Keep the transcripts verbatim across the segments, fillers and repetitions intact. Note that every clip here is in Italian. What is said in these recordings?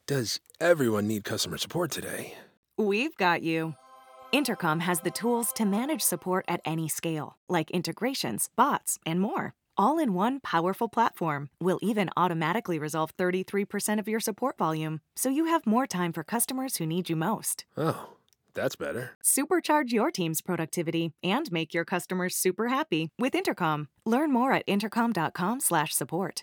Does everyone need customer support today? We've got you. Intercom has the tools to manage support at any scale, like integrations, bots, and more. All in one powerful platform. We'll even automatically resolve thirty-three percent of your support volume, so you have more time for customers who need you most. Oh, that's better. Supercharge your team's productivity and make your customers super happy with Intercom. Learn more at intercom.com slash support.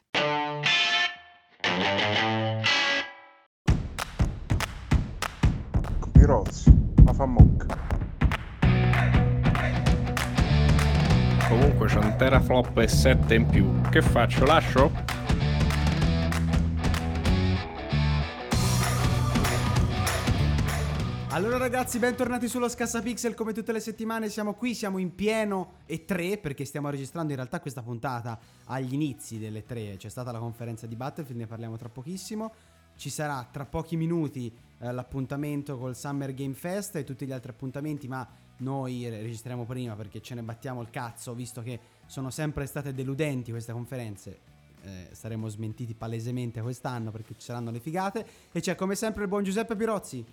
Pirozzi, ma fa mucca. Comunque c'è un teraflop e sette in più. Che faccio? Lascio? Allora ragazzi, bentornati sullo Scassapixel. Come tutte le settimane siamo qui, siamo in pieno E tre, perché stiamo registrando in realtà questa puntata agli inizi delle tre. C'è stata la conferenza di Battlefield, ne parliamo tra pochissimo. Ci sarà tra pochi minuti eh, l'appuntamento col Summer Game Fest e tutti gli altri appuntamenti, ma noi registriamo prima perché ce ne battiamo il cazzo, visto che sono sempre state deludenti queste conferenze. Eh, saremo smentiti palesemente quest'anno perché ci saranno le figate. E c'è come sempre il buon Giuseppe Pirozzi.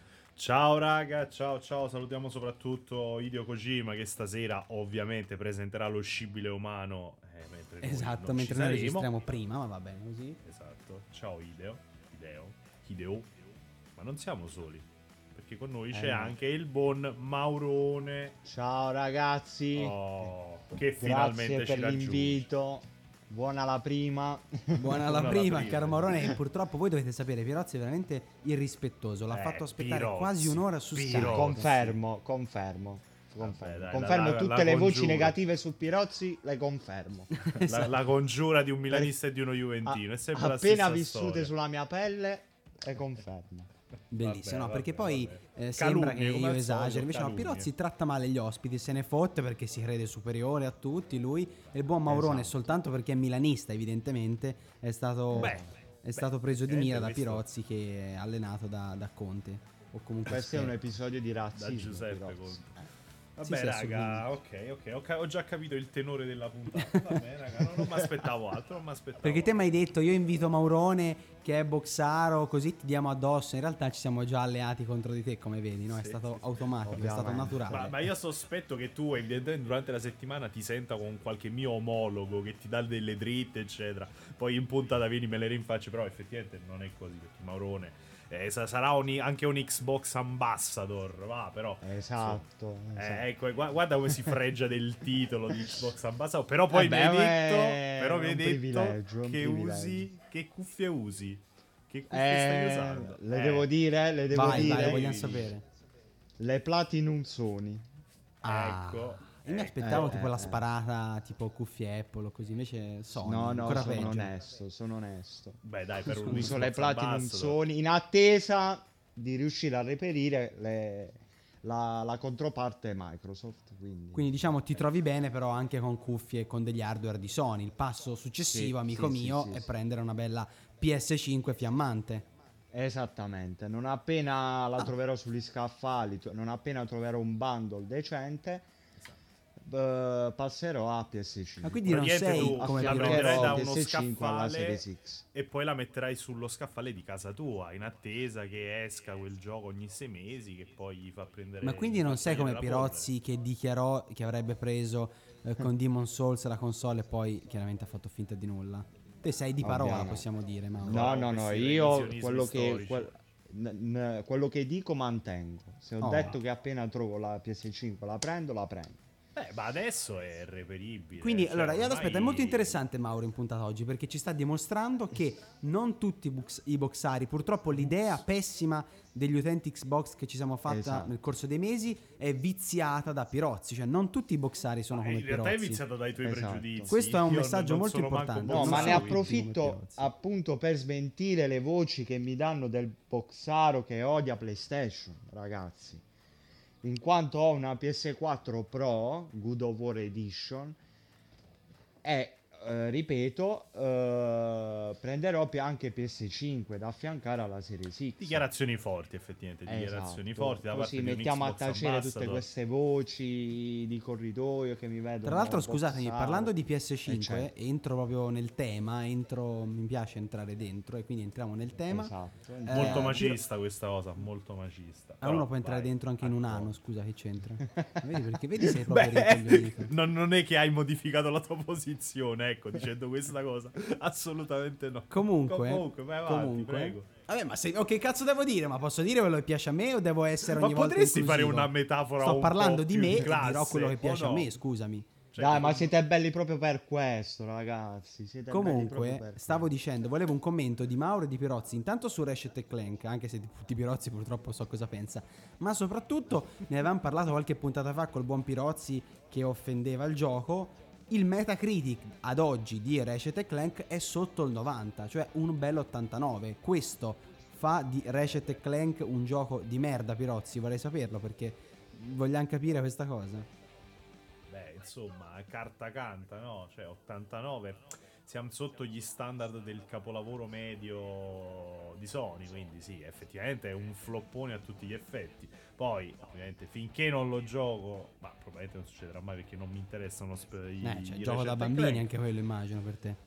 Ciao raga, ciao ciao, salutiamo soprattutto Hideo Kojima che stasera ovviamente presenterà lo scibile umano, eh, mentre noi Esatto, non mentre ci noi saremo. registriamo prima, ma va bene così. Esatto, ciao Hideo, Hideo, Hideo, ma non siamo soli, perché con noi Eh, c'è no. anche il buon Maurone. Ciao ragazzi, Oh, che grazie finalmente per ci raggiunge. l'invito. Buona la prima. Buona la Buona la prima, prima. caro Maurone. Purtroppo voi dovete sapere, Pirozzi è veramente irrispettoso. L'ha Eh, fatto aspettare Pirozzi, quasi un'ora su Pirozzi. Skype. Confermo, confermo. Confermo, dai, confermo la- la- tutte la le voci congiuro. negative su Pirozzi, le confermo. La, la congiura di un milanista e di uno juventino, è sempre la Appena stessa vissute storia. sulla mia pelle, le confermo. Bellissimo, no, Vabbè, perché vabbè, poi vabbè. eh, sembra Calunnie, che come io al esageri. solito, Invece no, calunnie. Pirozzi tratta male gli ospiti, se ne fotte perché si crede superiore a tutti lui. E il buon Maurone, Esatto. soltanto perché è milanista, evidentemente, è stato, Beh, è stato beh, preso di eh, mira da questo- Pirozzi, che è allenato da, da Conte. O comunque Questo è un spero. episodio di Da razzismo. Giuseppe Pirozzi. Conte. Sì, Vabbè sì, raga, ok, ok, ok, ho già capito il tenore della puntata. Va bene raga, non, non mi aspettavo altro, non mi aspettavo. Perché te mi hai detto io invito Maurone che è boxaro, così ti diamo addosso. In realtà ci siamo già alleati contro di te, come vedi, no? È Sì, stato sì, sì. automatico, è stato Ovviamente. naturale. Ma, ma io sospetto che tu evidentemente durante la settimana ti senta con qualche mio omologo che ti dà delle dritte eccetera. Poi in puntata vieni me le rinfacci, però effettivamente non è così perché Maurone eh, sa- sarà un- anche un Xbox Ambassador, va però. Esatto. Eh, esatto. ecco, gu- guarda come si fregia del titolo di Xbox Ambassador. Però poi Eh mi beh, hai ma detto, è però mi hai un detto privilegio, un che privilegio. usi, che cuffie usi? Che cuffie stai Eh, usando? le Eh, devo dire, le devo vai, dire. vai, vogliamo Devi sapere. Le Platinum Sony. Ah, Ecco, io mi ecco. aspettavo Eh, tipo eh, la eh. sparata tipo cuffie Apple o così, invece Sony, No, no, ancora sono peggio. onesto, sono onesto. Beh, dai, per un Uso Xbox le Platinum Ambassador. Sony in attesa di riuscire a reperire le- la, la controparte Microsoft. Quindi, Quindi diciamo ti trovi bene però anche con cuffie e con degli hardware di Sony. Il passo successivo, Sì, amico sì, sì, mio, sì, è sì. prendere una bella P S cinque fiammante. Esattamente, non appena Ah. la troverò sugli scaffali, to- non appena troverò un bundle decente, Esatto. eh, passerò a P S cinque. Ma quindi non Praticamente sei tu come la Pirozzi. prenderai da Affiancherò uno P S cinque alla scaffale Series X. e poi la metterai sullo scaffale di casa tua in attesa che esca quel gioco ogni sei mesi che poi gli fa prendere. Ma quindi gli non fa sei come prendere la Pirozzi che dichiarò che avrebbe preso eh, con Demon Souls la console e poi chiaramente ha fatto finta di nulla. Te sei di parola, Ovviamente. possiamo dire, ma No, no, no, questi io revisionismi quello che, storici. quel- n- n- quello che dico mantengo. Se ho Oh. detto che appena trovo la P S cinque la prendo, la prendo. polvere. Eh, ma adesso è reperibile. Quindi, cioè, allora, io ormai- aspetta, è molto interessante Mauro in puntata oggi perché ci sta dimostrando che non tutti i, box- i boxari, purtroppo l'idea pessima degli utenti Xbox che ci siamo fatta Esatto. nel corso dei mesi è viziata da Pirozzi, cioè non tutti i boxari sono Ma come in realtà è Pirozzi. viziato dai tuoi Esatto. pregiudizi. Questo è un Io messaggio non molto sono manco importante. No, Non ma so ne tutti approfitto come Pirozzi. appunto per smentire le voci che mi danno del boxaro che odia PlayStation, ragazzi. In quanto ho una P S quattro Pro, Good of War Edition, e eh, ripeto, eh, prenderò pi- anche P S cinque da affiancare alla Series X. Dichiarazioni forti, effettivamente. Dichiarazioni Esatto. forti da Così parte di un mettiamo a Xbox tacere tutte Ambassador. queste voci di corridoio che mi vedono. Tra l'altro, scusatemi, boxare, parlando di P S cinque, eccetera. entro proprio nel tema, entro, mi piace entrare dentro e quindi entriamo nel tema. Esatto. Eh, Molto Piro- macista questa cosa, molto macista. Ah, Però, uno può entrare vai, dentro anche in un ecco. anno, scusa, che c'entra? Vedi perché vedi sei proprio Beh, rincoglionito. non, non è che hai modificato la tua posizione, ecco, dicendo questa cosa. Assolutamente no. Comunque, comunque, vai avanti, comunque. prego. Vabbè, ma se, oh, che cazzo devo dire? Ma posso dire quello che piace a me o devo essere ogni Ma volta potresti fare inclusivo? una metafora Sto un parlando po' di più me di e dirò classe, quello che o piace a no? me, scusami. Cioè, Dai, ma non- siete belli proprio per questo, ragazzi. Siete belli proprio Comunque, per stavo questo. dicendo, volevo un commento di Mauro e di Pirozzi, intanto su Ratchet e Clank, anche se di, di Pirozzi purtroppo so cosa pensa, ma soprattutto ne avevamo parlato qualche puntata fa col buon Pirozzi che offendeva il gioco. Il Metacritic ad oggi di Ratchet e Clank è sotto il novanta, cioè un bel ottantanove. Questo fa di Ratchet e Clank un gioco di merda, Pirozzi, vorrei saperlo perché vogliamo capire questa cosa. Beh, insomma, carta canta, no? Cioè, ottantanove. Siamo sotto gli standard del capolavoro medio di Sony, quindi sì, effettivamente è un floppone a tutti gli effetti. Poi, ovviamente, finché non lo gioco, ma probabilmente non succederà mai perché non mi interessano sp- i, Eh, cioè, i gioco da Ratchet and bambini Clank. anche quello immagino per te.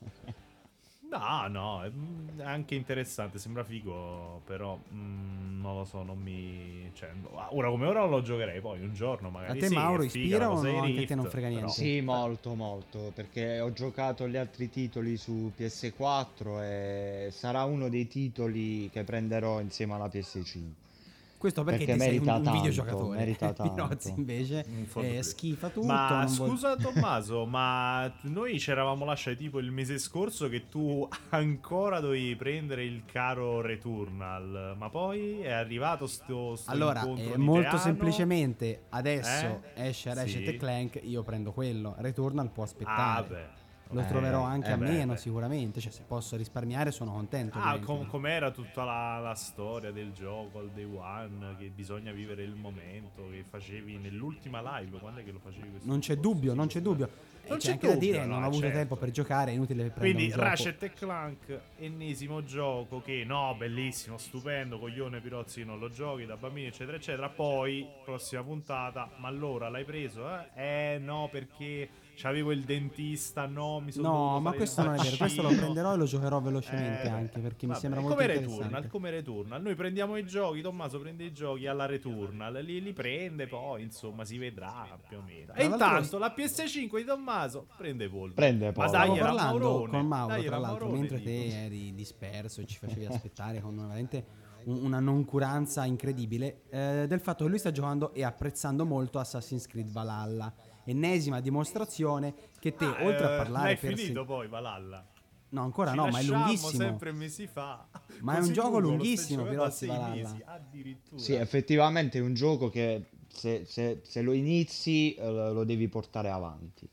No, no, è mm, è anche interessante, sembra figo, però mm, non lo so, non mi... Cioè, ora come ora non lo giocherei, poi un giorno magari A te, sì, Mauro, è figa ispira la o cosa no? di Anche a te Rift, non frega però- niente? Sì, molto, molto, perché ho giocato gli altri titoli su P S quattro e sarà uno dei titoli che prenderò insieme alla P S cinque. Questo perché, Perché ti sei un, merita un tanto, videogiocatore. merita tanto. Pirozzi invece Un eh, forte- schifa tutto. Ma non vuol- scusa Tommaso, ma tu- noi ci eravamo lasciati tipo il mese scorso che tu ancora dovevi prendere il caro Returnal, ma poi è arrivato sto, sto Allora, incontro eh, di molto Teano? semplicemente adesso Eh? esce Ratchet Sì. e Clank, io prendo quello. Returnal può Ah, aspettare. beh. Lo Eh, troverò anche eh a beh, meno beh. sicuramente. Cioè, se posso risparmiare sono contento. Ah, ovviamente. com- com'era tutta la, la storia del gioco al day one, che bisogna vivere il momento, che facevi nell'ultima live, quando è che lo facevi questo Non c'è discorso? dubbio, Sì, non c'è sì. dubbio. Non E c'è c'è anche da dubbio, dire, no, non ho avuto certo. tempo per giocare, è inutile prendere Quindi un gioco. Ratchet e Clank, ennesimo gioco che no, bellissimo, stupendo, coglione Pirozzi non lo giochi da bambini eccetera eccetera. Poi, prossima puntata, ma allora l'hai preso? Eh, eh no, perché c'avevo il dentista, no, mi sono No, dovuto ma fare questo il non è vero. Questo lo vaccino. prenderò e lo giocherò velocemente Eh, anche perché mi vabbè, sembra è molto come interessante. Returnal, come Returnal. Noi prendiamo i giochi, Tommaso prende i giochi alla Returnal, li, li prende poi, insomma, si vedrà più o meno. Tra E l'altro- intanto la P S cinque di Tommaso prende polvere. Prende Ma polvere. Stavo dai, era parlando Maurone, con Mauro, dai, tra era l'altro, Maurone, mentre te dico. eri disperso e ci facevi aspettare con una, veramente un- una noncuranza incredibile, eh, del fatto che lui sta giocando e apprezzando molto Assassin's Creed Valhalla. Ennesima dimostrazione che te, Ah, oltre eh, a parlare l'hai per finito se- poi Valhalla. No, ancora Ci no, ma è lasciammo lunghissimo. sempre mesi fa. Ma è Così un gioco lungo, lo lunghissimo, stai però, giocando a sei Valhalla. mesi, addirittura. Sì, effettivamente è un gioco che se, se- se lo inizi eh, lo devi portare avanti.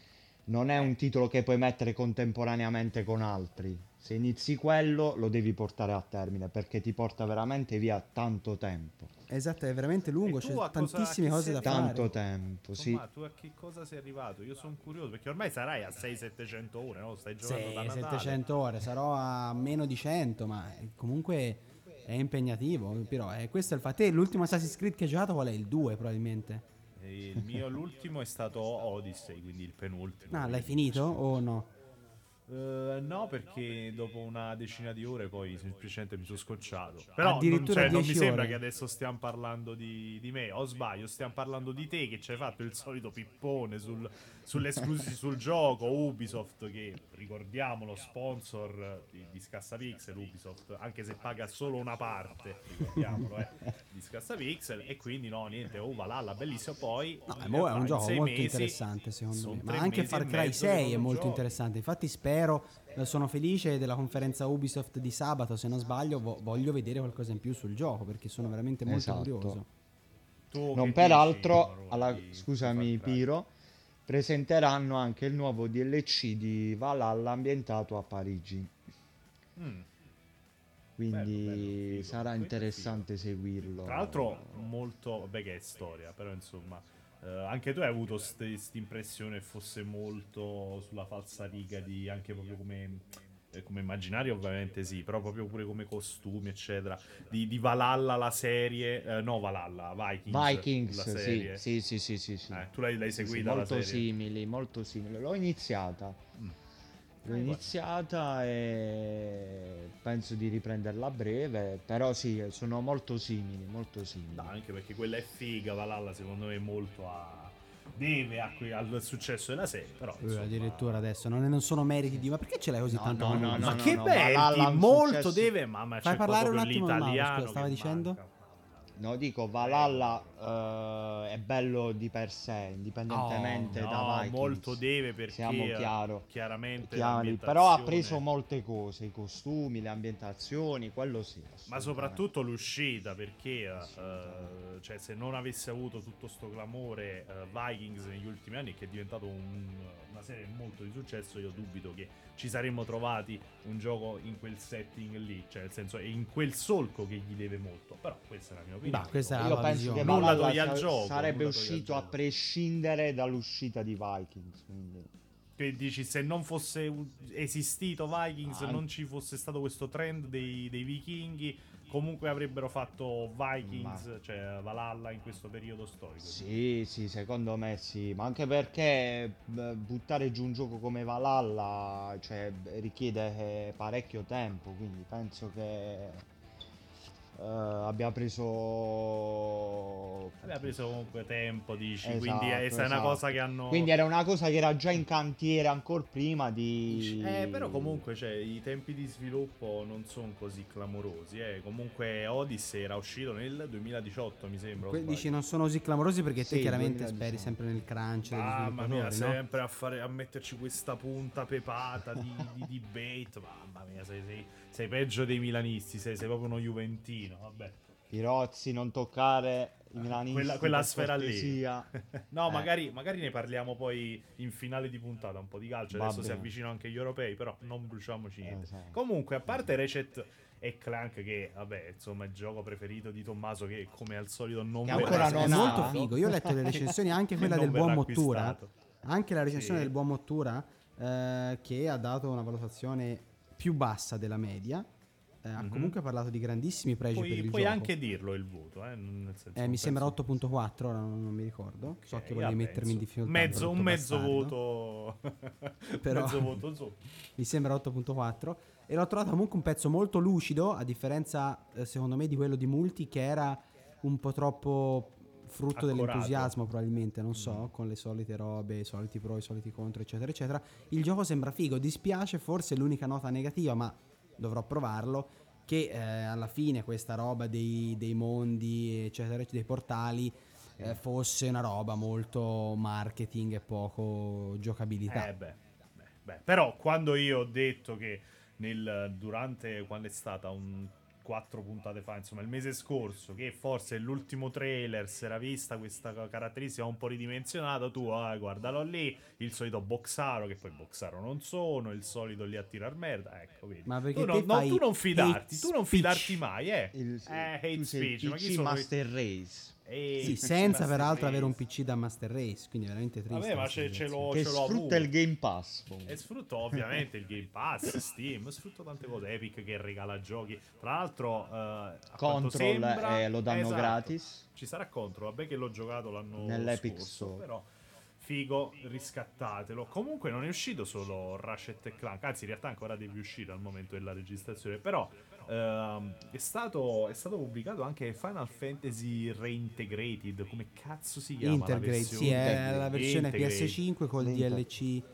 Non è un titolo che puoi mettere contemporaneamente con altri. Se inizi quello lo devi portare a termine perché ti porta veramente via tanto tempo. Esatto, è veramente lungo, E tu c'è a cosa- tantissime a chi cose da sei fare. Tanto tempo, sì. Ma tu a che cosa sei arrivato? Io sono curioso perché ormai sarai a sei settecento ore, no? Stai giocando da Sì, Natale. settecento ore, sarò a meno di cento, ma comunque è impegnativo. Però eh, questo è il fatto. Te, l'ultimo Assassin's Creed che hai giocato qual è? Il due probabilmente. E il mio l'ultimo è stato Odyssey, quindi il penultimo. Ah, l'hai finito o no? Eh, no, perché dopo una decina di ore poi semplicemente mi sono scocciato. Però non, Addirittura cioè, non mi dieci sembra ore. che adesso stiamo parlando di, di me, o sbaglio, stiamo parlando di te che ci hai fatto il solito pippone sul, sull'esclusivo sul gioco Ubisoft, che ricordiamolo sponsor di, di Scassapixel Ubisoft, anche se paga solo una parte, ricordiamolo, eh, di Scassapixel, e quindi no, niente, oh Valhalla, bellissimo. Poi No, è, in mo- è realtà un in gioco sei molto mesi interessante secondo sono me. Ma tre anche mesi Far e Cry mezzo che sei non è lo molto giochi. interessante. Infatti spero, eh, sono felice della conferenza Ubisoft di sabato, se non sbaglio, vo- voglio vedere qualcosa in più sul gioco perché sono veramente molto Esatto. curioso. Tu Non che peraltro, dici, Mauro, alla- di- di scusami Far Cry? Piro, presenteranno anche il nuovo D L C di Valhalla ambientato a Parigi. Mm. Quindi Bello, bello, figo. sarà Quello è interessante seguirlo. Tra l'altro molto, vabbè che è storia, però insomma Uh, anche tu hai avuto questa impressione fosse molto sulla falsariga di anche proprio come, eh, come immaginario, ovviamente sì, però proprio pure come costumi, eccetera. Di, di Valhalla la serie, eh, no Valhalla, Vikings. Vikings, la sì, serie. sì, sì, sì, sì, sì. Eh, tu l'hai, l'hai Sì, sì, seguita la molto serie? simili, molto simili. L'ho iniziata. Mm. L'ho iniziata e penso di riprenderla a breve, però sì, sono molto simili, molto simili. No, anche perché quella è figa, Valhalla secondo me molto a... deve a que- al successo della serie, però Eh, insomma... addirittura adesso non, non sono meriti di... Ma perché ce l'hai così No, tanto? no, con no, lui? no, Ma no, che no, belli, Valhalla ha un molto successo- deve, mamma, Fai c'è parlare proprio un attimo il Mauro, l'italiano scusa, stava che dicendo? manca. No, dico, Valhalla eh, è bello di per sé, indipendentemente No, da Vikings. molto deve perché Siamo chiaro, chiaramente chiari, però ha l'ambientazione- preso molte cose, i costumi, le ambientazioni, quello sì. Ma assolutamente. soprattutto l'uscita, perché eh, cioè, se non avesse avuto tutto sto clamore eh, Vikings negli ultimi anni, che è diventato un- una serie molto di successo, io dubito che ci saremmo trovati un gioco in quel setting lì, cioè nel senso è in quel solco che gli deve molto, però questa è la mia opinione. Bah, questa è Io la penso visione. che Nulla Valhalla toglie al sa- gioco, sarebbe nulla toglie al uscito a gioco. prescindere dall'uscita di Vikings. Quindi. Che dici, se non fosse un- esistito Vikings, Ah. non ci fosse stato questo trend dei, dei vichinghi, comunque avrebbero fatto Vikings, Ma- cioè Valhalla in questo periodo storico. Sì, sì, secondo me sì, ma anche perché beh, buttare giù un gioco come Valhalla, cioè, richiede eh, parecchio tempo, quindi penso che eh, abbia preso... Aveva preso comunque tempo, dici, Esatto, quindi è, è una esatto. cosa che hanno... Quindi era una cosa che era già in cantiere ancora prima di... Eh, però comunque cioè, i tempi di sviluppo non sono così clamorosi. Eh. Comunque Odyssey era uscito nel duemiladiciotto, mi sembra. o Que- sbaglio. dici non sono così clamorosi perché te Sì, chiaramente duemiladiciotto. speri sempre nel crunch degli Mamma sviluppatori, mia, no? sempre a, fare, a metterci questa punta pepata di, di debate. Mamma mia, sei, sei, sei peggio dei milanisti, sei, sei proprio uno juventino. Vabbè. Pirozzi, non toccare i milanisti, Quella, quella per sfera cortesia. lì. No, Eh. magari, magari ne parliamo poi in finale di puntata, un po' di calcio. Va Adesso si bene. avvicinano anche gli europei, però non bruciamoci niente. Esatto. Comunque, a parte Ratchet e Clank, che vabbè, insomma, il gioco preferito di Tommaso, che come al solito non Che verrà ancora È non ha. molto figo. Io ho letto le recensioni, anche Che quella non del buon verrà Mottura. acquistato. Anche la recensione Sì. del buon Mottura, eh, che ha dato una valutazione più bassa della media. Eh, Ha Mhm. comunque parlato di grandissimi pregi per Puoi, il puoi gioco. anche dirlo il voto, eh? nel senso, Eh, non mi sembra penso- otto virgola quattro, ora non, non mi ricordo. So Ok, che volevi vabbè, mettermi in insomma, difficoltà. mezzo, brutto un mezzo bastardo. voto. Però- mezzo voto su. Mi sembra otto virgola quattro. E l'ho trovato comunque un pezzo molto lucido, a differenza, eh, secondo me, di quello di Multi, che era un po' troppo frutto Accorato. dell'entusiasmo, probabilmente, non so, con le solite robe, i soliti pro, i soliti contro, eccetera, eccetera. Il gioco sembra figo, dispiace, forse è l'unica nota negativa, ma dovrò provarlo, che eh, alla fine questa roba dei, dei mondi, eccetera, dei portali, eh, fosse una roba molto marketing e poco giocabilità. Eh beh, beh, beh. Però quando io ho detto che nel, durante, quando è stata un quattro puntate fa, insomma il mese scorso, che forse l'ultimo trailer si era vista questa ca- caratteristica un po' ridimensionata, tu ah, guardalo lì, il solito boxaro, che poi boxaro non sono, il solito lì a tirar merda, ecco, vedi. Ma perché tu, te non, no, fai tu non fidarti, hate tu non speech. fidarti mai, eh. Il, eh, hate tu sei il speech, ma chi P C sono i- Master Race. Eh, Sì, sì, senza Master peraltro avere un Race. P C da Master Race, quindi veramente triste. Vabbè, ma questa ce, ce situazione. l'ho, Che ce l'ho sfrutta avuto. il Game Pass. comunque. E sfrutto ovviamente il Game Pass, Steam, sfrutto tante cose, Epic che regala giochi. Tra l'altro, eh, a quanto Control sembra, eh, lo danno esatto, gratis. Ci sarà Control, vabbè che l'ho giocato l'anno Nell'Epic scorso, Store. però figo, riscattatelo. Comunque non è uscito solo Ratchet e Clank, anzi in realtà ancora deve uscire al momento della registrazione, però ehm, è, stato, è stato pubblicato anche Final Fantasy Reintegrated, come cazzo si chiama Intergrade, la versione? sì, è Intergrade. la versione Intergrade. P S cinque col Inter- D L C,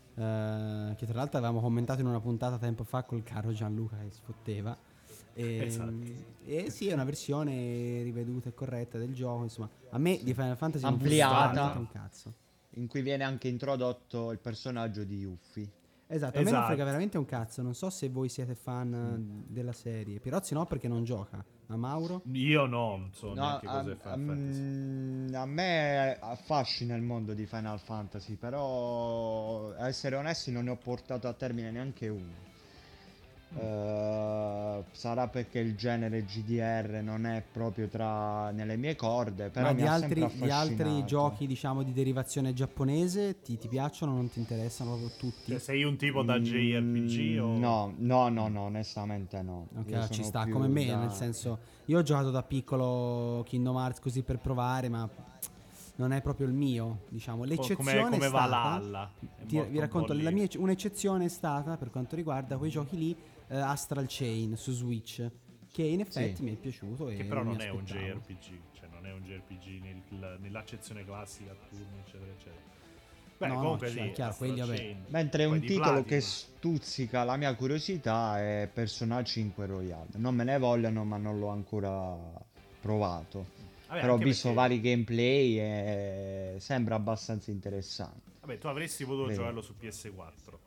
eh, che tra l'altro avevamo commentato in una puntata tempo fa col caro Gianluca che sfotteva. E, Esatto. e sì, è una versione riveduta e corretta del gioco. Insomma, a me di Final Fantasy non Ampliata. frega veramente un cazzo. In cui viene anche introdotto il personaggio di Yuffie. Esatto, a me non Esatto. frega veramente un cazzo. Non so se voi siete fan eh, della serie. Pirozzi no, perché non gioca. Ma Mauro? Io no, non so No, neanche a, cos'è a- Final Fantasy. mm, a me affascina il mondo di Final Fantasy, però a essere onesti non ne ho portato a termine neanche uno. Uh, sarà perché il genere G D R non è proprio tra nelle mie corde, però Ma mi di ha altri, sempre di altri affascinato. giochi, diciamo, di derivazione giapponese ti, ti piacciono o non ti interessano proprio tutti? Cioè, sei un tipo da J R P G o... Mm, no, no, no, no, onestamente no. Ok, Io ci sono sta, più come me, da- nel senso, io ho giocato da piccolo Kingdom Hearts così per provare, ma non è proprio il mio, diciamo. come, L'eccezione come è stata, Valhalla. È ti- morto vi un racconto, po' lì. la mia, un'eccezione è stata, per quanto riguarda quei giochi lì, eh, Astral Chain su Switch, che in effetti Sì. mi è piaciuto e Che però mi non è un aspettavo. J R P G, cioè non è un J R P G nel- nell'accezione classica a turni, eccetera, eccetera. Beh, No, no, comunque cioè, sì, chiaro, Astral quelli, vabbè. Chain. Mentre Poi un di titolo che Platinum. stuzzica la mia curiosità è Persona cinque Royale. Non me ne vogliono, ma non l'ho ancora provato. Vabbè, Però ho anche visto perché- vari gameplay e sembra abbastanza interessante. Vabbè, tu avresti potuto Vero. giocarlo su P S quattro.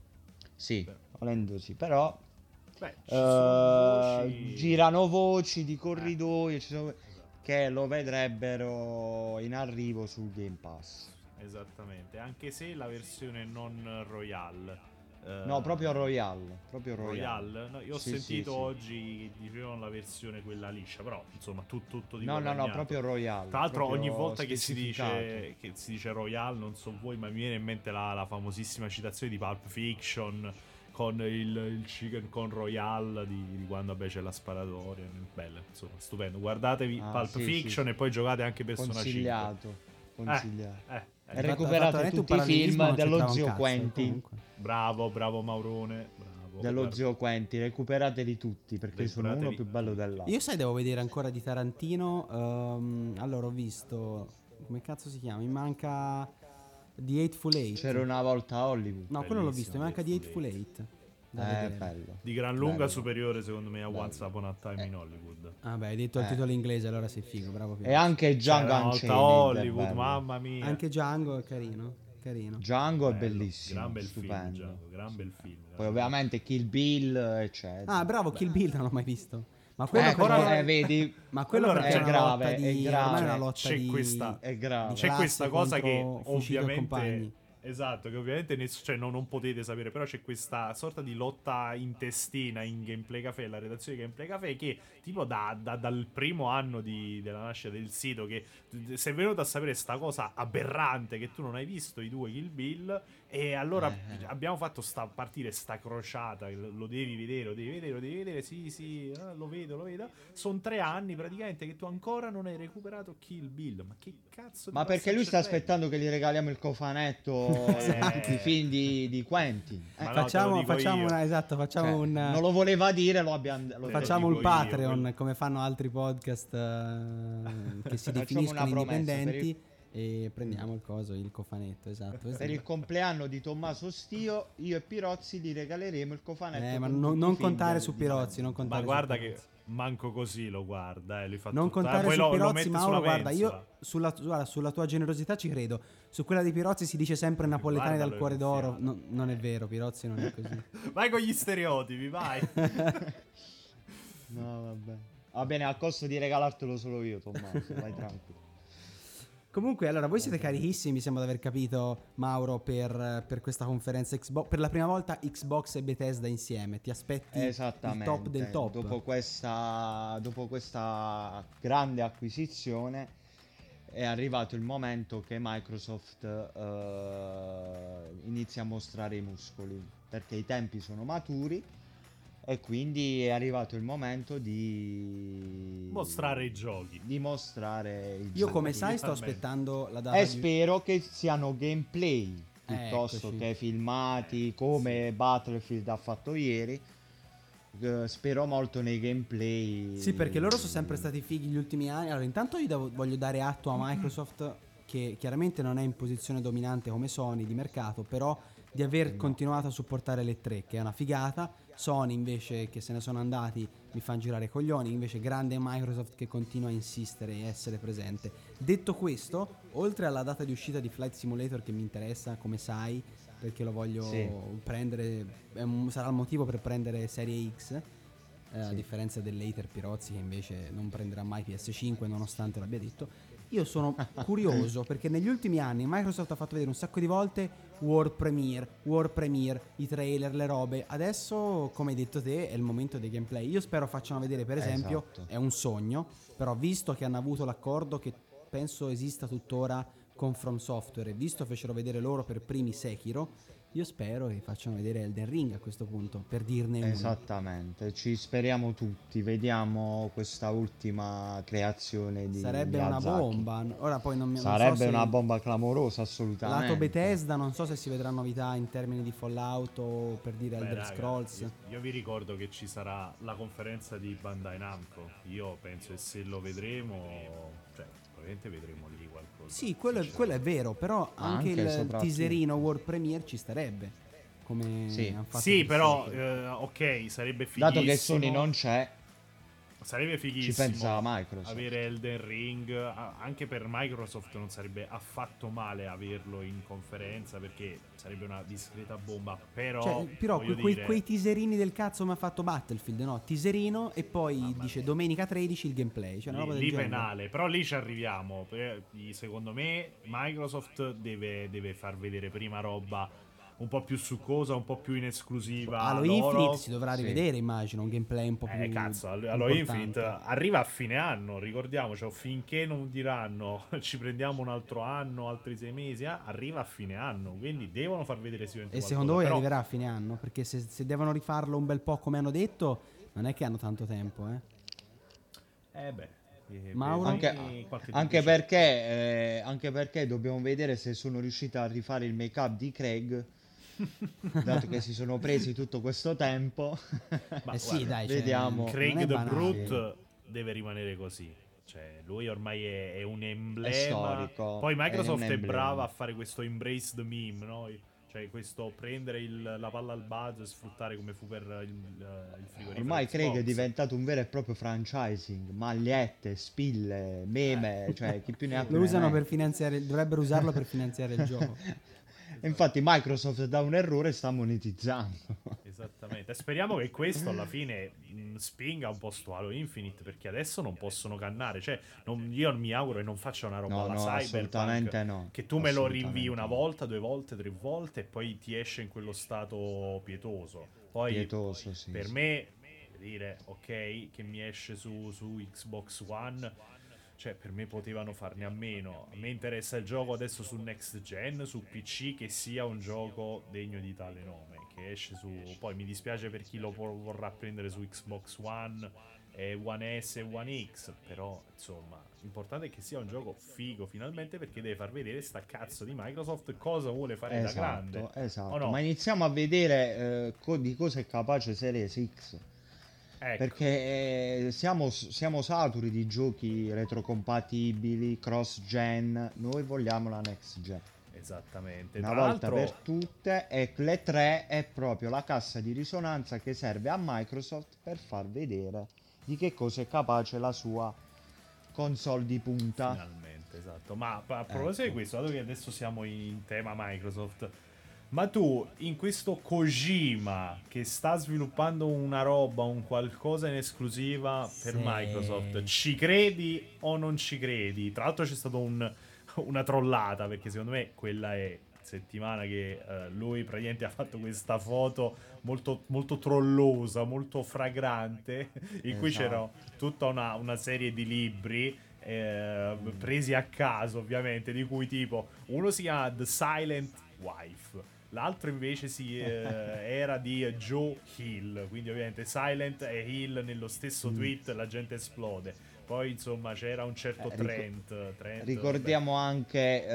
Sì, Beh. volendo sì, però Beh, ci eh, sono voci... girano voci di corridoi Eh. ci sono- che lo vedrebbero in arrivo sul Game Pass. Esattamente, anche se la versione non Royale. eh, No, proprio Royale, proprio Royale. Royale? No, io ho Sì, sentito sì, sì. oggi che dicevano la versione quella liscia, però insomma tu, tutto di No, no, no, guadagnato. proprio Royale. Tra l'altro proprio ogni volta che si, specificato. dice, che si dice Royale, non so voi, ma mi viene in mente la, la famosissima citazione di Pulp Fiction con il, il chicken con Royale di, di quando vabbè c'è la sparatoria. Bella, insomma, stupendo. Guardatevi Ah, Pulp sì, Fiction sì. e poi giocate anche Persona Consigliato. Consigliato. cinque. Eh, E eh, Hai fatto- hai fatto recuperate veramente un tutti i parallelismo, film non dello c'entrava un zio cazzo, Quentin. comunque. bravo, bravo Maurone. Bravo. Dello Guarda. zio Quentin, recuperateli tutti perché sono uno Recuperateli più bello dell'altro. Io sai, devo vedere ancora di Tarantino. ehm, allora ho visto, come cazzo si chiama? Mi manca The Eightful Eight. C'era una volta a Hollywood. No, quello l'ho Bellissimo, visto, mi manca The Eightful Eightful Eight. Da Eh, vedere. bello. Di gran lunga Bello. superiore secondo me a Bello. Once Upon a Time in Hollywood. Ah, beh, hai detto il Eh. titolo inglese, allora sei figo, bravo Piero. E anche Django C'era una Unchained volta è Hollywood, bello. mamma mia. Anche Django è carino, carino. Django è Bello, bellissimo, gran bel stupendo. film, Django, gran bel film. Poi ovviamente Kill Bill, eccetera. Ah, bravo, Kill Bill non l'ho mai visto. Ma quello Ecco, perché- eh, vedi, Ma quello Allora, perché è è una grave, lotta è di grave. ormai è una lotta C'è di questa- è grave. di C'è classe questa cosa che contro fucile e ovviamente compagni. esatto, che ovviamente ness- cioè, no, non potete sapere, però c'è questa sorta di lotta intestina in Gameplay Café, la redazione di Gameplay Café, che tipo da, da- dal primo anno di- della nascita del sito, che sei venuto a sapere sta cosa aberrante che tu non hai visto i due Kill Bill, e allora Eh. abbiamo fatto sta, partire sta crociata, lo lo devi vedere, lo devi vedere, lo devi vedere, sì sì, eh, lo vedo, lo vedo. Sono tre anni praticamente che tu ancora non hai recuperato Kill Bill, ma che cazzo ti Ma passa perché al lui sta cervello? aspettando che gli regaliamo il cofanetto Eh. di tutti i film di, di Quentin. Eh, Ma no, te lo Facciamo, dico facciamo io. una, esatto, facciamo cioè, un non lo voleva dire, lo abbiamo lo facciamo dico un io, Patreon quello- come fanno altri podcast eh, che si Facciamo definiscono una promessa indipendenti per e prendiamo il coso, il cofanetto, esatto. Questo Per è- il compleanno di Tommaso Stio, io e Pirozzi gli regaleremo il cofanetto. Eh, ma con non, tutti non i film contare del- su di Pirozzi, non Ma contare su guarda che Pirozzi. manco così lo guarda, eh, lui fa Non tutto. Ah, contare poi su lo- lo Pirozzi, mette Mauro, sulla guarda, mensola. io sulla, guarda, sulla tua generosità ci credo. Su quella di Pirozzi si dice sempre napoletani Guardalo dal cuore in d'oro. fiato. No, non è vero, Pirozzi non è così. Vai con gli stereotipi, vai. No, vabbè. Va bene, al costo di regalartelo solo io, Tommaso, vai tranquillo. Comunque, allora, voi siete carichissimi, mi sembra di aver capito, Mauro, per, per questa conferenza Xbox. Per la prima volta Xbox e Bethesda insieme. Ti aspetti il Esattamente. top del top. Dopo questa, dopo questa grande acquisizione è arrivato il momento che Microsoft eh, inizia a mostrare i muscoli, perché i tempi sono maturi e quindi è arrivato il momento di Mostrare i giochi. di mostrare i Io, giochi. come sai, sto finalmente. aspettando la data E di... spero che siano gameplay piuttosto Eccoci. che filmati come Battlefield ha fatto ieri. Eh, spero molto nei gameplay. Sì, perché loro sono sempre stati fighi gli ultimi anni. Allora, intanto io devo- voglio dare atto a Microsoft, che chiaramente non è in posizione dominante come Sony di mercato, però di aver continuato a supportare le tre, che è una figata. Sony invece, che se ne sono andati, mi fanno girare i coglioni. Invece grande Microsoft che continua a insistere e essere presente. Detto questo, oltre alla data di uscita di Flight Simulator, che mi interessa, come sai, perché lo voglio Sì. prendere, è un- sarà il motivo per prendere Serie X, eh, a Sì. differenza dell'hater Pirozzi che invece non prenderà mai P S cinque nonostante l'abbia detto. Io sono curioso perché negli ultimi anni Microsoft ha fatto vedere un sacco di volte World Premiere, World Premiere, i trailer, le robe. Adesso, come hai detto te, è il momento dei gameplay. Io spero facciano vedere, per esempio, Esatto. è un sogno, però visto che hanno avuto l'accordo che penso esista tuttora con From Software e visto fecero vedere loro per primi Sekiro, io spero che facciano vedere Elden Ring a questo punto, per dirne uno. Esattamente, ci speriamo tutti, vediamo questa ultima creazione di Sarebbe una Miyazaki. bomba. Ora poi non mi non Sarebbe so se una bomba clamorosa, assolutamente. lato Bethesda, non so se si vedranno novità in termini di Fallout o per dire Beh, Elder raga, Scrolls. Io, io vi ricordo che ci sarà la conferenza di Bandai Namco. Io penso che se lo vedremo, cioè, probabilmente vedremo lì qualcosa. Sì, quello è, quello è vero, però anche, Anche il soprattutto. teaserino World Premiere ci starebbe. Come Sì. hanno fatto Sì, per però, Sekiro. eh, ok, sarebbe fighissimo. Dato che Sony non c'è, Sarebbe fighissimo ci pensa Microsoft. avere Elden Ring. a- Anche per Microsoft non sarebbe affatto male averlo in conferenza, perché sarebbe una discreta bomba. Però, Cioè, però voglio que- quei, dire, quei teaserini del cazzo mi ha fatto Battlefield, no? Teaserino e poi dice domenica tredici il gameplay. Cioè, una roba lì, del lì genere. penale, però lì ci arriviamo. Per- Secondo me Microsoft deve, deve far vedere prima roba un po' più succosa, un po' più in esclusiva. Halo loro. Infinite si dovrà Sì. rivedere, immagino, un gameplay un po' più Eh cazzo, Halo Halo importante. Infinite arriva a fine anno, ricordiamoci, o finché non diranno ci prendiamo un altro anno, altri sei mesi, ah, arriva a fine anno, quindi devono far vedere sicuramente E qualcosa. secondo voi però, arriverà a fine anno? Perché se, se devono rifarlo un bel po' come hanno detto, non è che hanno tanto tempo, eh. Eh beh, eh, Mauro? per Anche, me qualche anche dubbio c'è. perché, eh, anche perché dobbiamo vedere se sono riusciti a rifare il make-up di Craig, dato che si sono presi tutto questo tempo. Ma eh sì, guarda, dai, cioè, vediamo. non Craig è the banale. Brute deve rimanere così. Cioè, lui ormai è, è un emblema. storico, Poi è Microsoft un è, emblema. brava a fare questo embrace the meme, no? Cioè, questo prendere il- la palla al balzo e sfruttare come fu per il, il frigorifero Ormai Craig Xbox. è diventato un vero e proprio franchising, magliette, spille, meme, cioè chi più ne ha più Lo ne usano per metta. finanziare, dovrebbero usarlo per finanziare il gioco. E infatti Microsoft da un errore sta monetizzando. Esattamente. E speriamo che questo alla fine mh, spinga un po' sto Halo Infinite, perché adesso non possono cannare. Cioè, non- io mi auguro che non faccia una roba No, alla no, Cyberpunk, assolutamente no. che tu me lo rinvii Assolutamente una no. volta, due volte, tre volte e poi ti esce in quello stato pietoso. Poi Pietoso, sì, per sì. me dire ok che mi esce su, su Xbox One, cioè per me potevano farne a meno. A me interessa il gioco adesso su next gen, su P C, che sia un gioco degno di tale nome, che esce su... Poi mi dispiace per chi lo po- vorrà prendere su Xbox One, e One S e One X, però insomma l'importante è che sia un gioco figo finalmente, perché deve far vedere sta cazzo di Microsoft cosa vuole fare da grande. Esatto, esatto. O no? Ma iniziamo a vedere eh, co- di cosa è capace Series X. Ecco. Perché eh, siamo, siamo saturi di giochi retrocompatibili, cross-gen. Noi vogliamo la next gen. Esattamente. Una Tra volta l'altro, per tutte, e l'E tre è proprio la cassa di risonanza che serve a Microsoft per far vedere di che cosa è capace la sua console di punta. finalmente, esatto. Ma a proposito di Ecco. questo, dato che adesso siamo in tema Microsoft, ma tu in questo Kojima che sta sviluppando una roba, un qualcosa in esclusiva per Sì. Microsoft, ci credi o non ci credi? Tra l'altro c'è stata un- una trollata, perché secondo me quella è settimana che eh, lui praticamente ha fatto questa foto molto, molto trollosa, molto fragrante, in cui Esatto. c'era tutta una, una serie di libri eh, presi a caso, ovviamente, di cui tipo uno si chiama The Silent Wife, l'altro invece si, eh, era di Joe Hill, quindi ovviamente Silent e Hill nello stesso tweet, la gente esplode. Poi insomma c'era un certo Eh, ricor- Trent, Trent, Ricordiamo anche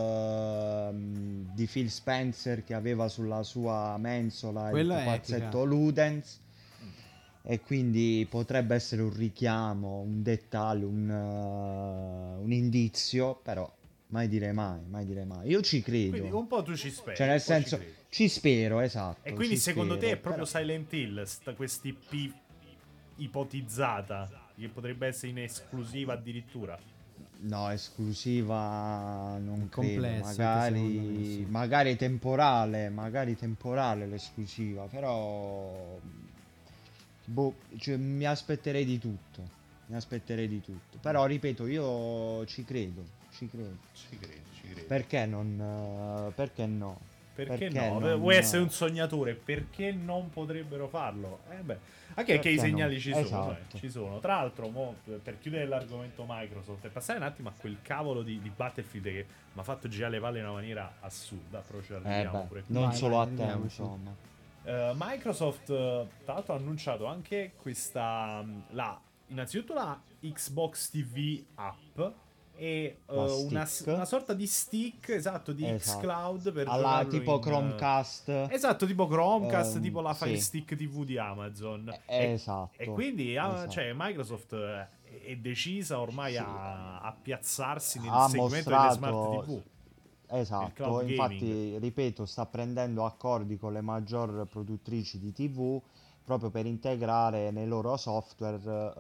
ehm, di Phil Spencer che aveva sulla sua mensola Quello il è pupazzetto epica. Ludens, e quindi potrebbe essere un richiamo, un dettaglio, un, eh, un indizio, però mai dire mai, mai dire mai. Io ci vabbè. Quindi credo, un po' tu ci speri, cioè nel un po' ci senso credi. ci spero, esatto. E quindi ci secondo te spero, è proprio però- Silent Hill, sta, quest'I P ipotizzata, che potrebbe essere in esclusiva addirittura? No, esclusiva non Complesso, credo, anche secondo me, magari, sì. magari temporale, magari temporale l'esclusiva, però boh, cioè, mi aspetterei di tutto. mi aspetterei di tutto. Però ripeto, io ci credo, ci credo. Ci credo, ci credo. Perché non eh, perché no? Perché, Perché no? non- Vuoi essere un sognatore? Perché non potrebbero farlo? Eh beh, anche perché i Perché segnali no? ci sono, Esatto. eh, ci sono. Tra l'altro, mo, per chiudere l'argomento Microsoft e passare un attimo a quel cavolo di, di Battlefield che mi ha fatto girare le palle in una maniera assurda, però ci Eh arriviamo beh, pure qui. non Vai, solo vai, a te, andiamoci. insomma. Eh, Microsoft, eh, tra l'altro, ha annunciato anche questa, mh, la, innanzitutto la Xbox T V app e eh, La una, stick. una sorta di stick, esatto, di Esatto. xCloud per Alla giocarlo tipo in, Chromecast. Esatto, tipo Chromecast, Ehm, tipo la Fire sì. Stick T V di Amazon. Eh, E- esatto, E quindi ah, esatto. cioè, Microsoft eh, è decisa ormai Sì. a, a piazzarsi nel Ha segmento delle smart mostrato- T V. Il Esatto, cloud infatti, gaming. ripeto, sta prendendo accordi con le maggior produttrici di T V proprio per integrare nei loro software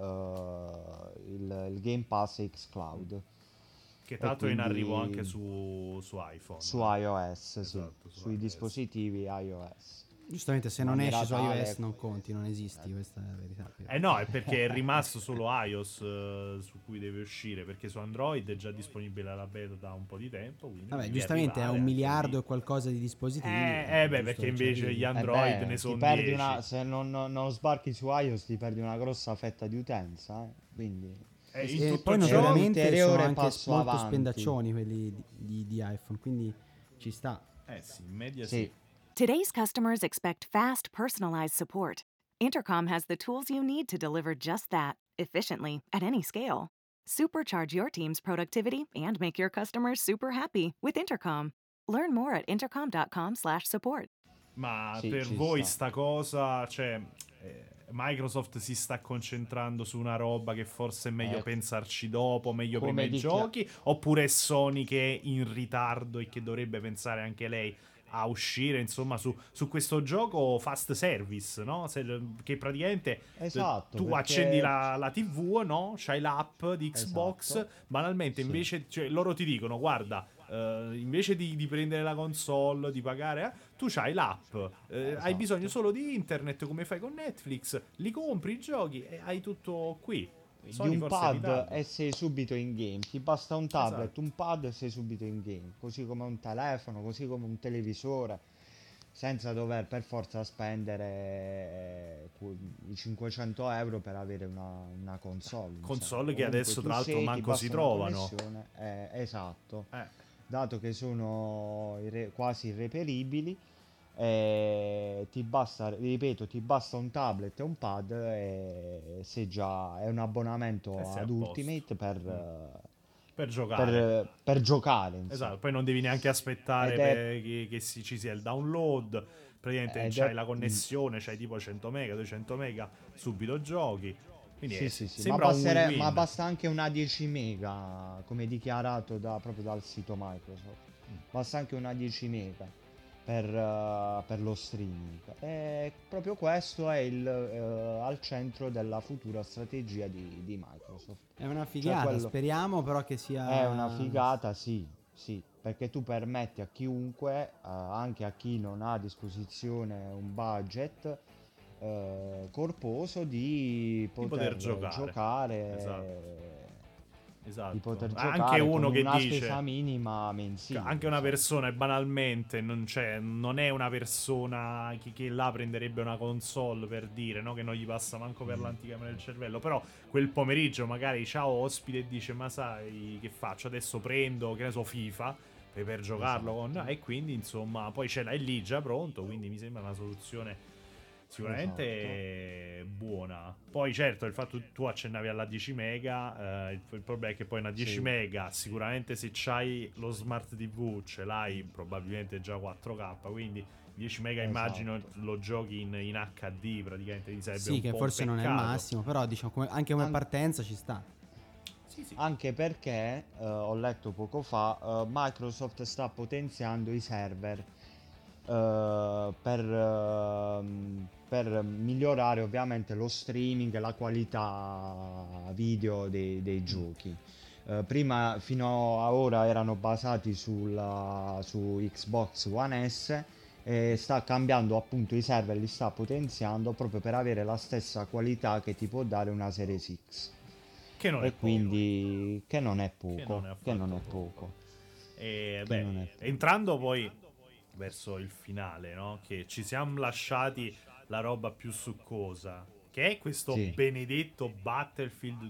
eh, il, il Game Pass xCloud Che tra l'altro è in quindi- arrivo anche su, su iPhone. su iOS, sì, Esatto, su sui iOS. dispositivi iOS. Giustamente, se In non maniera esci su tale- iOS non conti, non esisti, questa è la verità. Eh no, è perché è rimasto solo iOS eh, su cui deve uscire, perché su Android è già disponibile la beta da un po' di tempo. Quindi Vabbè, devi giustamente è arrivare un anche miliardo lì. e qualcosa di dispositivi. Eh, è eh beh, giusto perché che ci invece arrivi. gli Eh Android beh, ne ti sono perdi dieci. una- se non, non- non sbarchi su iOS ti perdi una grossa fetta di utenza, eh, quindi... Eh, E in tutto poi ciò- notoriamente sono ulteriore anche passo molto avanti. spendaccioni quelli di, di- di iPhone, quindi ci sta. Eh sì, in media Sì. sì. Today's customers expect fast, personalized support. Intercom has the tools you need to deliver just that, efficiently, at any scale. Supercharge your team's productivity and make your customers super happy with Intercom. Learn more at intercom.com slash support. Ma Sì, per ci voi sta. sta cosa, cioè eh, Microsoft si sta concentrando su una roba che forse è meglio Eh, pensarci dopo, meglio come prima i dichia- giochi, oppure è Sony che è in ritardo e che dovrebbe pensare anche lei a uscire, insomma, su, su questo gioco fast service, no? Se- che praticamente eh, Esatto, tu perché- accendi la, la T V, no? C'hai l'app di Xbox, Esatto. banalmente Sì. invece, cioè, loro ti dicono, guarda, eh, invece di, di prendere la console, di pagare, eh, tu c'hai l'app, eh, hai Esatto. bisogno solo di internet come fai con Netflix, li compri i giochi e hai tutto qui. Sony di un forse è in pad ritardo. e sei subito in game. Ti basta un tablet, Esatto. un pad e sei subito in game. Così come un telefono, così come un televisore, senza dover per forza spendere eh, que- i cinquecento euro per avere una, una console. insomma. Console che Comunque adesso tu tra l'altro sei, ti manco basta si una trovano. connessione, eh, esatto. Eh. Dato che sono irre- quasi irreperibili, eh, ti basta, ripeto, ti basta un tablet e un pad e se già è un abbonamento E sei a ad posto. Ultimate per, Mm. eh, Per giocare. per, per giocare, insomma. Esatto, poi non devi neanche aspettare Ed è- per- che, che si- ci sia il download. Praticamente Ed c'hai è- la connessione, c'hai tipo cento mega, duecento mega, subito giochi. Quindi Sì, è- sì, sì, ma, sembra un bastere- win-win. ma basta anche una dieci mega, come dichiarato da- proprio dal sito Microsoft. Mm. Basta anche una dieci mega per, eh, per lo streaming. E proprio questo è il, eh, al centro della futura strategia di, di Microsoft. È una figata, quello- speriamo però che sia... È una figata, sì, sì, perché tu permetti a chiunque, eh, anche a chi non ha a disposizione un budget eh, corposo, di poter, poter giocare. giocare, Esatto. Esatto. di poter Anche giocare uno con che una dice spesa minima mensile. anche una insomma. persona e banalmente non, c'è, non è una persona che, che là prenderebbe una console, per dire, no? Che non gli passa manco Mm. per l'anticamera del cervello. Però quel pomeriggio magari c'ha ospite e dice: ma sai che faccio? Adesso prendo, che ne so, FIFA per, per giocarlo con... Esatto. E quindi insomma poi ce l'hai lì già pronto. Quindi mi sembra una soluzione sicuramente buona. Poi certo il fatto che tu accennavi alla dieci mega, eh, il, il problema è che poi una dieci Sì. mega sicuramente se c'hai lo smart T V ce l'hai probabilmente già quattro K, quindi dieci mega Esatto. immagino lo giochi in, in H D, praticamente ti sarebbe Sì, un che po' un forse non è il peccato. massimo, però diciamo come- anche come An- partenza ci sta. Sì, sì. Anche perché, eh, ho letto poco fa, eh, Microsoft sta potenziando i server eh, per, ehm, per migliorare ovviamente lo streaming e la qualità video dei, dei giochi. Eh, prima, fino a ora, erano basati sulla, su Xbox One S e sta cambiando appunto i server, li sta potenziando proprio per avere la stessa qualità che ti può dare una Series X. Che non è e poco. quindi che non è poco, Che non è che non è affatto poco. E, Che beh, non è poco. entrando poi verso il finale, no? Che ci siamo lasciati la roba più succosa, che è questo Sì. benedetto Battlefield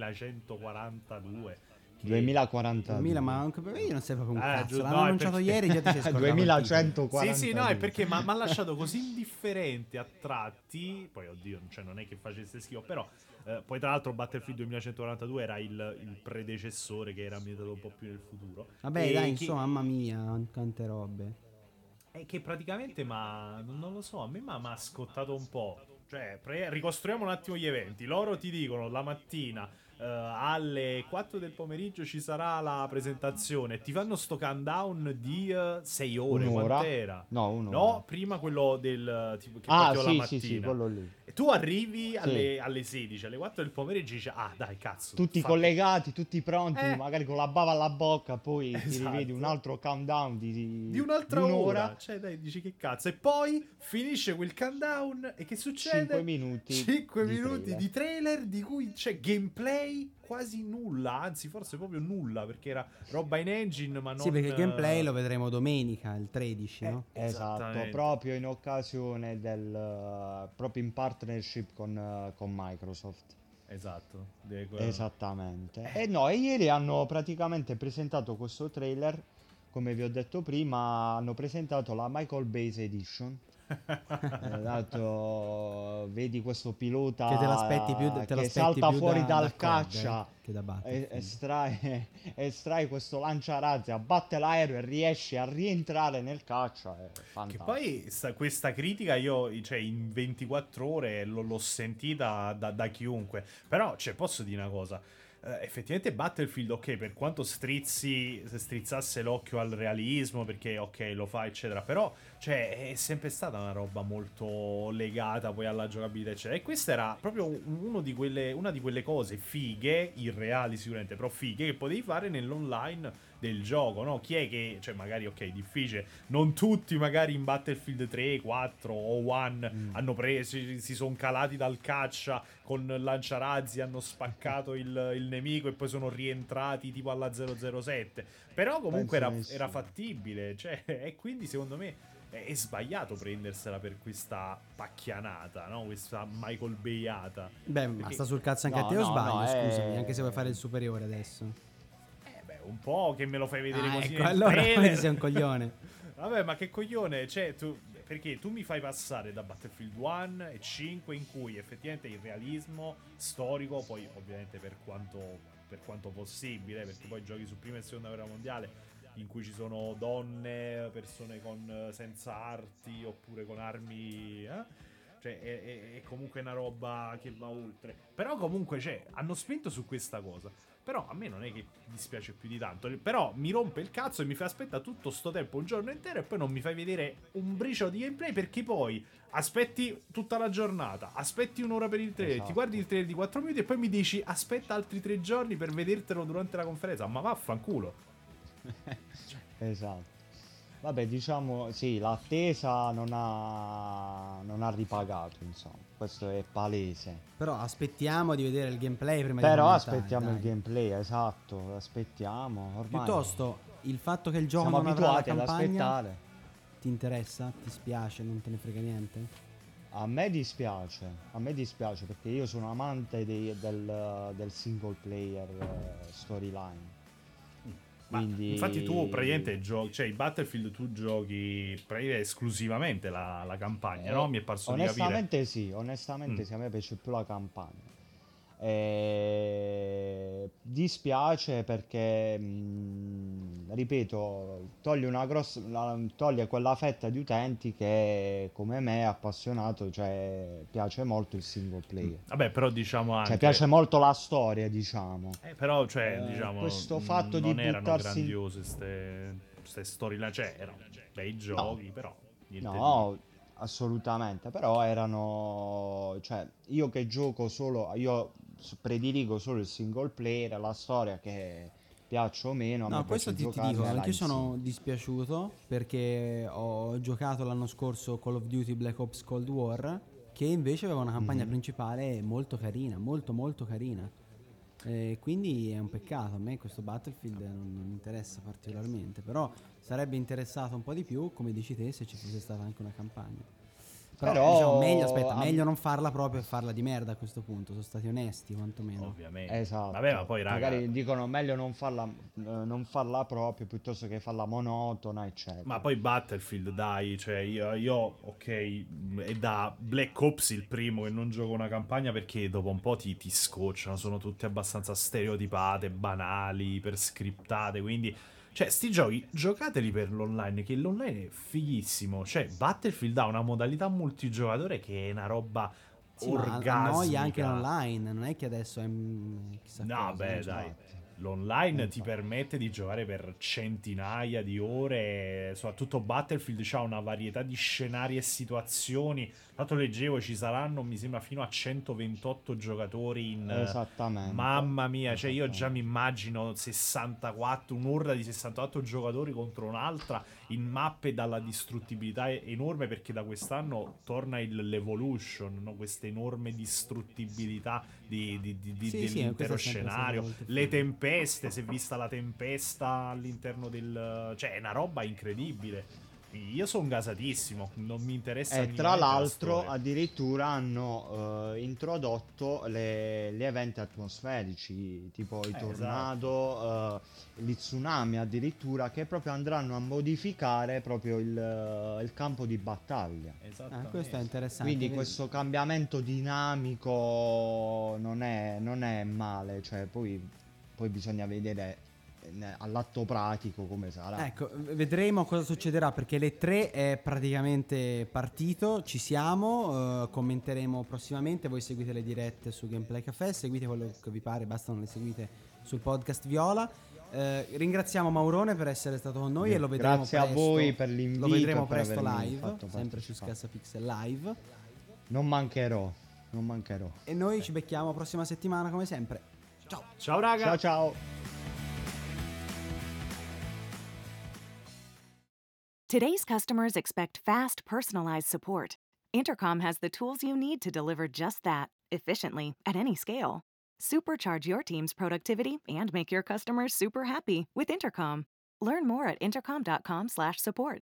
duemilacentoquarantadue. che- duemilaquarantadue. duemila, ma anche per me io non sei proprio un Eh, cazzo. giusto, L'hanno no, è annunciato perché- ieri, già ti sei scordato. duemilacentoquarantadue. Sì, sì, no, è perché mi ha lasciato così indifferente a tratti. Poi, oddio, cioè, non è che facesse schifo, però. eh, poi, tra l'altro, Battlefield duemilacentoquarantadue era il, il predecessore che era ambientato un po' più nel futuro. Vabbè, E dai, che- insomma, mamma mia, tante robe. È che praticamente, ma non lo so, a me mi ha scottato un po'. Cioè, pre- ricostruiamo un attimo gli eventi. Loro ti dicono la mattina eh, alle quattro del pomeriggio ci sarà la presentazione. Ti fanno sto countdown di sei ore. Un'ora? Quant'era? No, un'ora. No, prima quello del tipo, che Ah, partiva la sì, mattina. sì, sì, quello lì. E tu arrivi alle, alle sedici, alle quattro del pomeriggio e dici, ah dai, cazzo. Tutti fatto. collegati, tutti pronti, Eh. magari con la bava alla bocca, poi ti Esatto. rivedi un altro countdown di, di, Di un'altra di ora. Cioè, dai, dici che cazzo. E poi finisce quel countdown e che succede? cinque minuti cinque di minuti trailer. di trailer di cui c'è gameplay quasi nulla, anzi forse proprio nulla, perché era roba in engine, ma non... Sì, perché il gameplay lo vedremo domenica, il tredici, Eh, no? Esatto, Esattamente. proprio in occasione del uh, proprio in partnership con, uh, con Microsoft. Esatto. De- Esattamente. E no, e ieri hanno praticamente presentato questo trailer, come vi ho detto prima, hanno presentato la Michael Bay's Edition. Eh, dato, vedi questo pilota Che te l'aspetti più, te che l'aspetti salta più fuori da, dal da C O D, caccia eh, che da e, Battlefield. estrae, estrae questo lanciarazzi, abbatte l'aereo e riesce a rientrare nel caccia. È Che fantastico. poi sta- questa critica io, cioè, in ventiquattro ore lo- l'ho sentita da, da chiunque. Però, cioè, posso dire una cosa. Eh, effettivamente Battlefield, ok, per quanto strizzi, se strizzasse l'occhio al realismo, perché ok, lo fa, eccetera, però, cioè, è sempre stata una roba molto legata poi alla giocabilità, eccetera. E questa era proprio uno di quelle, una di quelle cose fighe, irreali sicuramente, però fighe, che potevi fare nell'online del gioco, no? Chi è che, cioè, magari, ok, difficile, non tutti magari in Battlefield tre, quattro o uno Mm. hanno preso, si sono calati dal caccia con lanciarazzi, hanno spaccato il, il nemico e poi sono rientrati tipo alla zero zero sette. Però comunque era, Penso nessuno. era fattibile, cioè, e quindi secondo me è, è sbagliato prendersela per questa pacchianata, no? Questa Michael Bayata. Beh, ma Perché- sta sul cazzo anche No, a te o no, sbaglio, no, è- scusami, anche se vuoi fare il superiore adesso. Eh beh, un po' che me lo fai vedere Ah, così ecco, nel allora trailer. poi sei un coglione. Vabbè, ma che coglione, cioè, tu, perché tu mi fai passare da Battlefield uno e cinque in cui effettivamente il realismo storico, poi ovviamente per quanto, per quanto possibile, perché poi giochi su prima e seconda guerra mondiale in cui ci sono donne, persone con eh, senza arti oppure con armi, eh? Cioè è, è- è comunque una roba che va oltre. Però comunque, cioè, hanno spinto su questa cosa. Però a me non è che dispiace più di tanto. Però mi rompe il cazzo e mi fai aspettare tutto sto tempo, un giorno intero, e poi non mi fai vedere un briciolo di gameplay, perché poi aspetti tutta la giornata, aspetti un'ora per il trailer, Esatto. ti guardi il trailer di quattro minuti e poi mi dici aspetta altri tre giorni per vedertelo durante la conferenza. Ma vaffanculo. Esatto. Vabbè, diciamo, sì, l'attesa non ha, non ha ripagato, insomma, questo è palese. Però aspettiamo di vedere il gameplay prima di Però commentare, aspettiamo dai. il gameplay, esatto, aspettiamo, ormai Piuttosto, il fatto che il gioco siamo non avrà la abituati ad campagna aspettare. ti interessa? Ti spiace? Non te ne frega niente? A me dispiace, a me dispiace perché io sono amante dei- del, del single player eh, storyline. Ma Quindi... infatti tu praticamente giochi, cioè i Battlefield tu giochi praticamente esclusivamente la, la campagna, no? Mi è parso di capire. Onestamente sì, onestamente Mm. sì, a me piace più la campagna. Eh, dispiace perché, mh, ripeto, toglie una grossa, la- toglie quella fetta di utenti che come me è appassionato, cioè piace molto il single player. Vabbè, però diciamo anche Cioè piace molto la storia, diciamo. Eh, però, cioè, Eh, diciamo, questo mh, fatto di non erano buttarsi in- grandiose ste storyline, cioè erano bei giochi, però niente No, assolutamente, però erano, cioè, io che gioco solo, io s- prediligo solo il single player, la storia che piaccia o meno, a No, me questo piace ti, ti dico, giocarmela anche io sono insieme. dispiaciuto perché ho giocato l'anno scorso Call of Duty Black Ops Cold War, che invece aveva una campagna Mhm. principale molto carina, molto molto carina. E quindi è un peccato, a me questo Battlefield non, non interessa particolarmente, però sarebbe interessato un po' di più, come dici te, se ci fosse stata anche una campagna. Però, Però, diciamo, meglio, aspetta, a- meglio non farla proprio e farla di merda a questo punto, sono stati onesti quantomeno. Ovviamente. Esatto. Vabbè, ma poi, raga, magari dicono meglio non farla, eh, non farla proprio piuttosto che farla monotona, eccetera. ma poi Battlefield, dai, cioè io, io, ok, è da Black Ops il primo che non gioco una campagna perché dopo un po' ti, ti scocciano, sono tutte abbastanza stereotipate, banali, iperscriptate, quindi... Cioè, sti giochi, giocateli per l'online, che l'online è fighissimo. Cioè, Battlefield ha una modalità multigiocatore che è una roba Sì, ma orgasmica. annoia anche online, non è che adesso è mm, chissà No, cosa, beh, eh, dai. infatti. L'online Infatti. ti permette di giocare per centinaia di ore. Soprattutto Battlefield ha una varietà di scenari e situazioni. Tra l'altro leggevo ci saranno, mi sembra, fino a centoventotto giocatori in... Esattamente. Mamma mia, cioè io già Esattamente. mi immagino sessantaquattro, un'orda di sessantaquattro giocatori contro un'altra in mappe dalla distruttibilità e- enorme, perché da quest'anno torna il, l'Evolution, no? Questa enorme distruttibilità di, di- di- di- Sì, sì, dell'intero questo è sempre stato scenario. molto Le figo. tempeste, si è vista la tempesta all'interno del... Cioè è una roba incredibile. Io sono gasatissimo, non mi interessa E tra minimamente la l'altro storia. addirittura hanno eh, introdotto le- gli eventi atmosferici, tipo i Eh, tornado, eh, gli tsunami addirittura, che proprio andranno a modificare proprio il, eh, il campo di battaglia. Ah, questo è interessante. Quindi vedi? questo cambiamento dinamico non è, non è male, cioè poi, poi bisogna vedere eh, all'atto pratico come sarà. Ecco, v- vedremo cosa succederà perché le tre è praticamente partito, ci siamo, eh, commenteremo prossimamente, voi seguite le dirette su Gameplay Café, seguite quello che vi pare, basta non le seguite sul podcast Viola. Eh, ringraziamo Maurone per essere stato con noi e lo vedremo Grazie a presto. voi per l'invito Lo vedremo e per presto avermi live, fatto sempre su partecipare. Scassapixel Live. Non mancherò, non mancherò. E noi ci becchiamo prossima settimana come sempre. Ciao! Ciao raga! Ciao ciao! Today's customers expect fast, personalized support. Intercom has the tools you need to deliver just that, efficiently, at any scale. Supercharge your team's productivity and make your customers super happy with Intercom. Learn more at intercom dot com slash support.